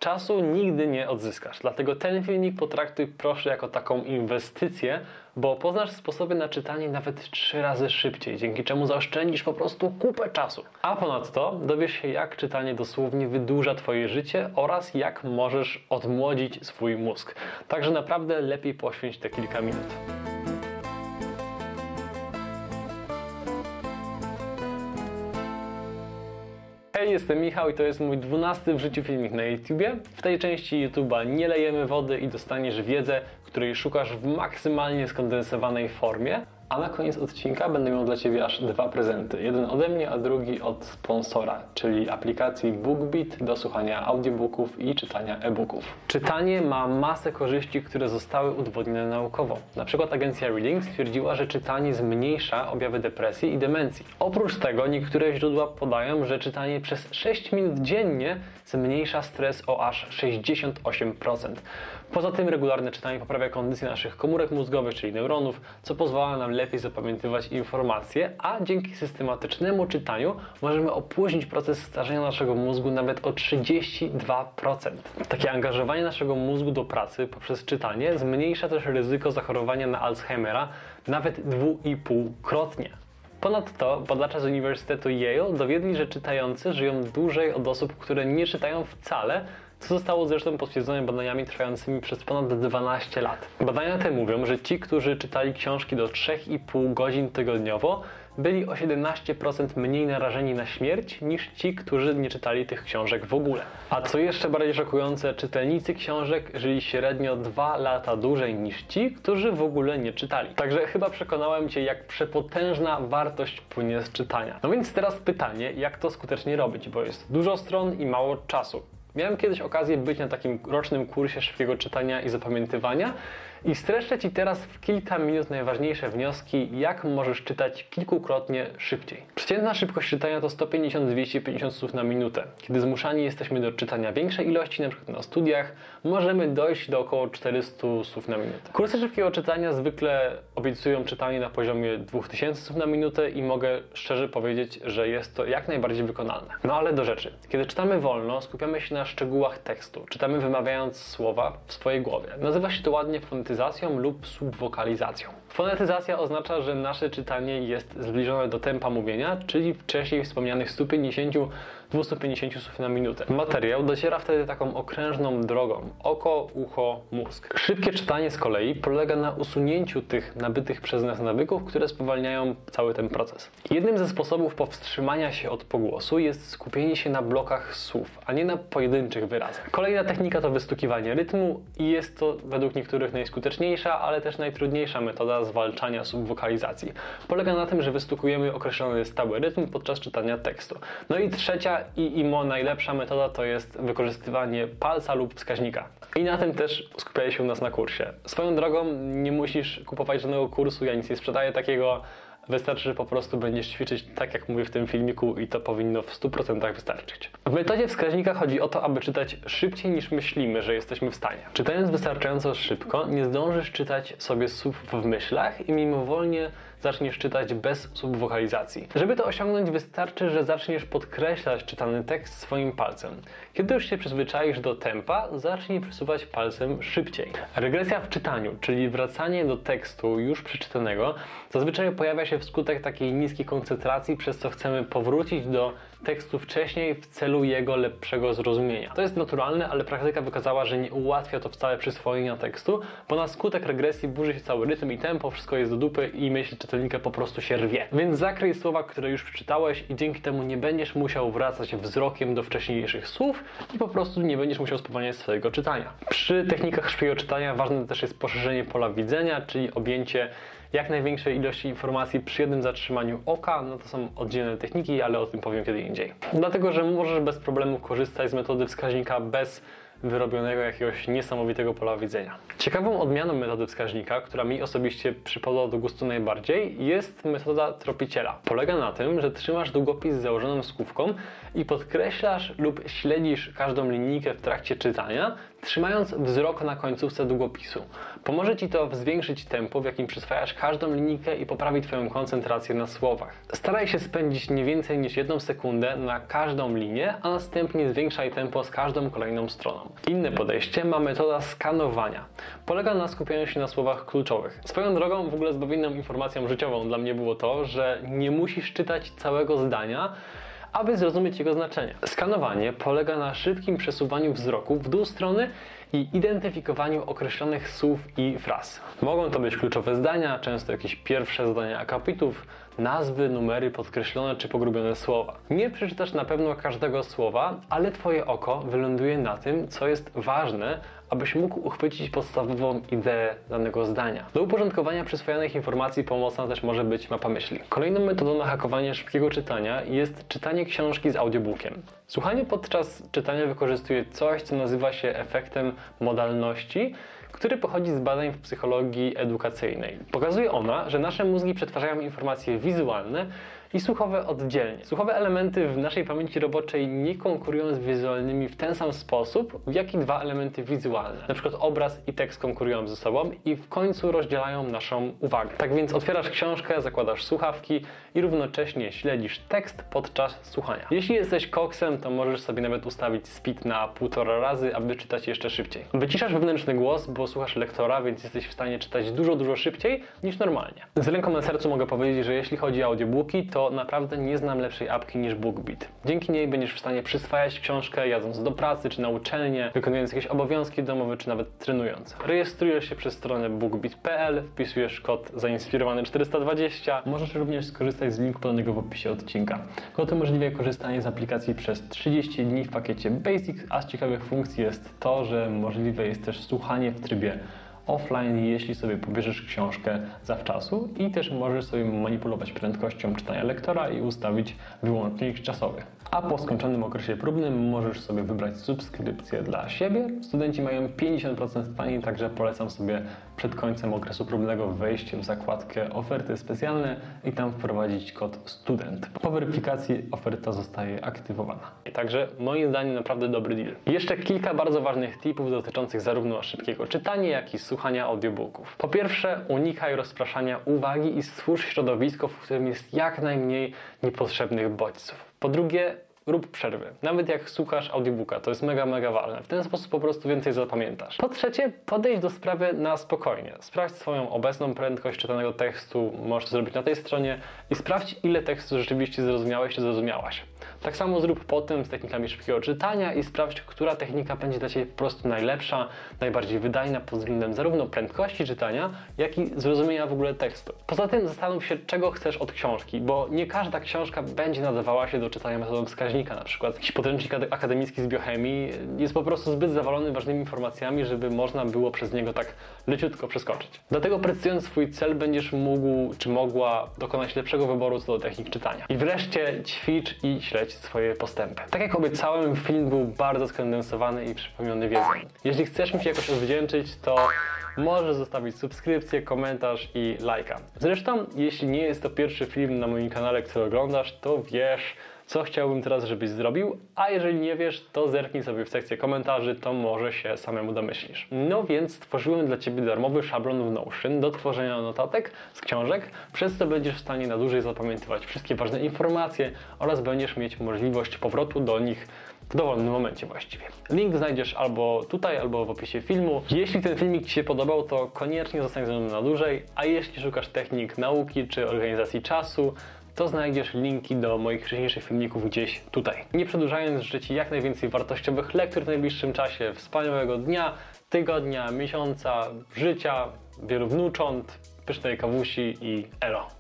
czasu nigdy nie odzyskasz. Dlatego ten filmik potraktuj proszę jako taką inwestycję, bo poznasz sposoby na czytanie nawet 3 razy szybciej, dzięki czemu zaoszczędzisz po prostu kupę czasu. A ponadto dowiesz się, jak czytanie dosłownie wydłuża Twoje życie oraz jak możesz odmłodzić swój mózg. Także naprawdę lepiej poświęć te kilka minut. Hej, jestem Michał i to jest mój 12 w życiu filmik na YouTubie. W tej części YouTube'a nie lejemy wody i dostaniesz wiedzę, której szukasz w maksymalnie skondensowanej formie. A na koniec odcinka będę miał dla Ciebie aż 2 prezenty. Jeden ode mnie, a drugi od sponsora, czyli aplikacji BookBeat do słuchania audiobooków i czytania e-booków. Czytanie ma masę korzyści, które zostały udowodnione naukowo. Na przykład agencja Reading stwierdziła, że czytanie zmniejsza objawy depresji i demencji. Oprócz tego niektóre źródła podają, że czytanie przez 6 minut dziennie zmniejsza stres o aż 68%. Poza tym regularne czytanie poprawia kondycję naszych komórek mózgowych, czyli neuronów, co pozwala nam lepiej zapamiętywać informacje, a dzięki systematycznemu czytaniu możemy opóźnić proces starzenia naszego mózgu nawet o 32%. Takie angażowanie naszego mózgu do pracy poprzez czytanie zmniejsza też ryzyko zachorowania na Alzheimera nawet 2,5-krotnie. Ponadto badacze z Uniwersytetu Yale dowiedli, że czytający żyją dłużej od osób, które nie czytają wcale, co zostało zresztą potwierdzone badaniami trwającymi przez ponad 12 lat. Badania te mówią, że ci, którzy czytali książki do 3,5 godzin tygodniowo, byli o 17% mniej narażeni na śmierć niż ci, którzy nie czytali tych książek w ogóle. A co jeszcze bardziej szokujące, czytelnicy książek żyli średnio 2 lata dłużej niż ci, którzy w ogóle nie czytali. Także chyba przekonałem Cię, jak przepotężna wartość płynie z czytania. No więc teraz pytanie, jak to skutecznie robić, bo jest dużo stron i mało czasu. Miałem kiedyś okazję być na takim rocznym kursie szybkiego czytania i zapamiętywania i streszczę Ci teraz w kilka minut najważniejsze wnioski, jak możesz czytać kilkukrotnie szybciej. Przeciętna szybkość czytania to 150-250 słów na minutę. Kiedy zmuszani jesteśmy do czytania większej ilości, np. na studiach, możemy dojść do około 400 słów na minutę. Kursy szybkiego czytania zwykle obiecują czytanie na poziomie 2000 słów na minutę i mogę szczerze powiedzieć, że jest to jak najbardziej wykonalne. No ale do rzeczy. Kiedy czytamy wolno, skupiamy się na szczegółach tekstu. Czytamy wymawiając słowa w swojej głowie. Nazywa się to ładnie fonetyzacją lub subwokalizacją. Fonetyzacja oznacza, że nasze czytanie jest zbliżone do tempa mówienia, czyli wcześniej wspomnianych 150-250 słów na minutę. Materiał dociera wtedy taką okrężną drogą: oko, ucho, mózg. Szybkie czytanie z kolei polega na usunięciu tych nabytych przez nas nawyków, które spowalniają cały ten proces. Jednym ze sposobów powstrzymania się od pogłosu jest skupienie się na blokach słów, a nie na pojedynczych wyrazach. Kolejna technika to wystukiwanie rytmu i jest to według niektórych najskuteczniejsza, ale też najtrudniejsza metoda zwalczania subwokalizacji. Polega na tym, że wystukujemy określony stały rytm podczas czytania tekstu. No i trzecia i najlepsza metoda to jest wykorzystywanie palca lub wskaźnika. I na tym też skupia się u nas na kursie. Swoją drogą nie musisz kupować żadnego kursu, ja nic nie sprzedaję takiego. Wystarczy, że po prostu będziesz ćwiczyć tak, jak mówię w tym filmiku i to powinno w 100% wystarczyć. W metodzie wskaźnika chodzi o to, aby czytać szybciej niż myślimy, że jesteśmy w stanie. Czytając wystarczająco szybko, nie zdążysz czytać sobie słów w myślach i mimowolnie zaczniesz czytać bez subwokalizacji. Żeby to osiągnąć, wystarczy, że zaczniesz podkreślać czytany tekst swoim palcem. Kiedy już się przyzwyczaisz do tempa, zacznij przesuwać palcem szybciej. Regresja w czytaniu, czyli wracanie do tekstu już przeczytanego, zazwyczaj pojawia się wskutek takiej niskiej koncentracji, przez co chcemy powrócić do tekstu wcześniej w celu jego lepszego zrozumienia. To jest naturalne, ale praktyka wykazała, że nie ułatwia to wcale przyswojenia tekstu, bo na skutek regresji burzy się cały rytm i tempo, wszystko jest do dupy i myśl czytelnika po prostu się rwie. Więc zakryj słowa, które już przeczytałeś i dzięki temu nie będziesz musiał wracać wzrokiem do wcześniejszych słów i po prostu nie będziesz musiał spowalniać swojego czytania. Przy technikach szybkiego czytania ważne też jest poszerzenie pola widzenia, czyli objęcie jak największej ilości informacji przy jednym zatrzymaniu oka. No to są oddzielne techniki, ale o tym powiem kiedy indziej. Dlatego, że możesz bez problemu korzystać z metody wskaźnika bez wyrobionego jakiegoś niesamowitego pola widzenia. Ciekawą odmianą metody wskaźnika, która mi osobiście przypadła do gustu najbardziej, jest metoda tropiciela. Polega na tym, że trzymasz długopis z założoną skówką i podkreślasz lub śledzisz każdą linijkę w trakcie czytania, trzymając wzrok na końcówce długopisu. Pomoże Ci to zwiększyć tempo, w jakim przyswajasz każdą linijkę i poprawi Twoją koncentrację na słowach. Staraj się spędzić nie więcej niż 1 sekundę na każdą linię, a następnie zwiększaj tempo z każdą kolejną stroną. Inne podejście ma metoda skanowania. Polega na skupianiu się na słowach kluczowych. Swoją drogą w ogóle zbawienną informacją życiową dla mnie było to, że nie musisz czytać całego zdania, aby zrozumieć jego znaczenie. Skanowanie polega na szybkim przesuwaniu wzroku w dół strony i identyfikowaniu określonych słów i fraz. Mogą to być kluczowe zdania, często jakieś pierwsze zdania akapitów, nazwy, numery, podkreślone czy pogrubione słowa. Nie przeczytasz na pewno każdego słowa, ale Twoje oko wyląduje na tym, co jest ważne, abyś mógł uchwycić podstawową ideę danego zdania. Do uporządkowania przyswajanych informacji pomocna też może być mapa myśli. Kolejną metodą na hakowanie szybkiego czytania jest czytanie książki z audiobookiem. Słuchanie podczas czytania wykorzystuje coś, co nazywa się efektem modalności, który pochodzi z badań w psychologii edukacyjnej. Pokazuje ona, że nasze mózgi przetwarzają informacje wizualne i słuchowe oddzielnie. Słuchowe elementy w naszej pamięci roboczej nie konkurują z wizualnymi w ten sam sposób, w jaki dwa elementy wizualne, np. obraz i tekst, konkurują ze sobą i w końcu rozdzielają naszą uwagę. Tak więc otwierasz książkę, zakładasz słuchawki i równocześnie śledzisz tekst podczas słuchania. Jeśli jesteś koksem, to możesz sobie nawet ustawić speed na 1,5 razy, aby czytać jeszcze szybciej. Wyciszasz wewnętrzny głos, bo słuchasz lektora, więc jesteś w stanie czytać dużo szybciej niż normalnie. Z ręką na sercu mogę powiedzieć, że jeśli chodzi o audiobooki, to naprawdę nie znam lepszej apki niż BookBeat. Dzięki niej będziesz w stanie przyswajać książkę jadąc do pracy czy na uczelnię, wykonując jakieś obowiązki domowe czy nawet trenując. Rejestrujesz się przez stronę bookbeat.pl, wpisujesz kod zainspirowany 420. Możesz również skorzystać z linku podanego w opisie odcinka. Kod umożliwia korzystanie z aplikacji przez 30 dni w pakiecie Basic, a z ciekawych funkcji jest to, że możliwe jest też słuchanie w trybie offline, jeśli sobie pobierzesz książkę zawczasu i też możesz sobie manipulować prędkością czytania lektora i ustawić wyłącznik czasowy. A po skończonym okresie próbnym możesz sobie wybrać subskrypcję dla siebie. Studenci mają 50% taniej, także polecam sobie przed końcem okresu próbnego wejść w zakładkę oferty specjalne i tam wprowadzić kod student. Po weryfikacji oferta zostaje aktywowana. Także moim zdaniem naprawdę dobry deal. Jeszcze kilka bardzo ważnych tipów dotyczących zarówno szybkiego czytania, jak i słuchania audiobooków. Po pierwsze, unikaj rozpraszania uwagi i stwórz środowisko, w którym jest jak najmniej niepotrzebnych bodźców. Po drugie, rób przerwy. Nawet jak słuchasz audiobooka, to jest mega ważne. W ten sposób po prostu więcej zapamiętasz. Po trzecie, podejdź do sprawy na spokojnie. Sprawdź swoją obecną prędkość czytanego tekstu, możesz to zrobić na tej stronie i sprawdź, ile tekstu rzeczywiście zrozumiałeś czy zrozumiałaś. Tak samo zrób potem z technikami szybkiego czytania i sprawdź, która technika będzie dla Ciebie po prostu najlepsza, najbardziej wydajna pod względem zarówno prędkości czytania, jak i zrozumienia w ogóle tekstu. Poza tym zastanów się, czego chcesz od książki, bo nie każda książka będzie nadawała się do czytania metodą wskaźnika. Na przykład jakiś podręcznik akademicki z biochemii jest po prostu zbyt zawalony ważnymi informacjami, żeby można było przez niego tak leciutko przeskoczyć. Dlatego precyzując swój cel, będziesz mógł czy mogła dokonać lepszego wyboru co do technik czytania. I wreszcie ćwicz i śledź swoje postępy. Tak jak obiecałem, film był bardzo skondensowany i przepełniony wiedzą. Jeśli chcesz mi się jakoś odwdzięczyć, to możesz zostawić subskrypcję, komentarz i lajka. Zresztą, jeśli nie jest to pierwszy film na moim kanale, który oglądasz, to wiesz, co chciałbym teraz, żebyś zrobił, a jeżeli nie wiesz, to zerknij sobie w sekcję komentarzy, to może się samemu domyślisz. No więc stworzyłem dla Ciebie darmowy szablon w Notion do tworzenia notatek z książek, przez co będziesz w stanie na dłużej zapamiętywać wszystkie ważne informacje oraz będziesz mieć możliwość powrotu do nich w dowolnym momencie właściwie. Link znajdziesz albo tutaj, albo w opisie filmu. Jeśli ten filmik Ci się podobał, to koniecznie zostań ze mną na dłużej, a jeśli szukasz technik nauki czy organizacji czasu, to znajdziesz linki do moich wcześniejszych filmików gdzieś tutaj. Nie przedłużając, życzę Ci jak najwięcej wartościowych lektur w najbliższym czasie, wspaniałego dnia, tygodnia, miesiąca, życia, wielu wnucząt, pysznej kawusi i elo.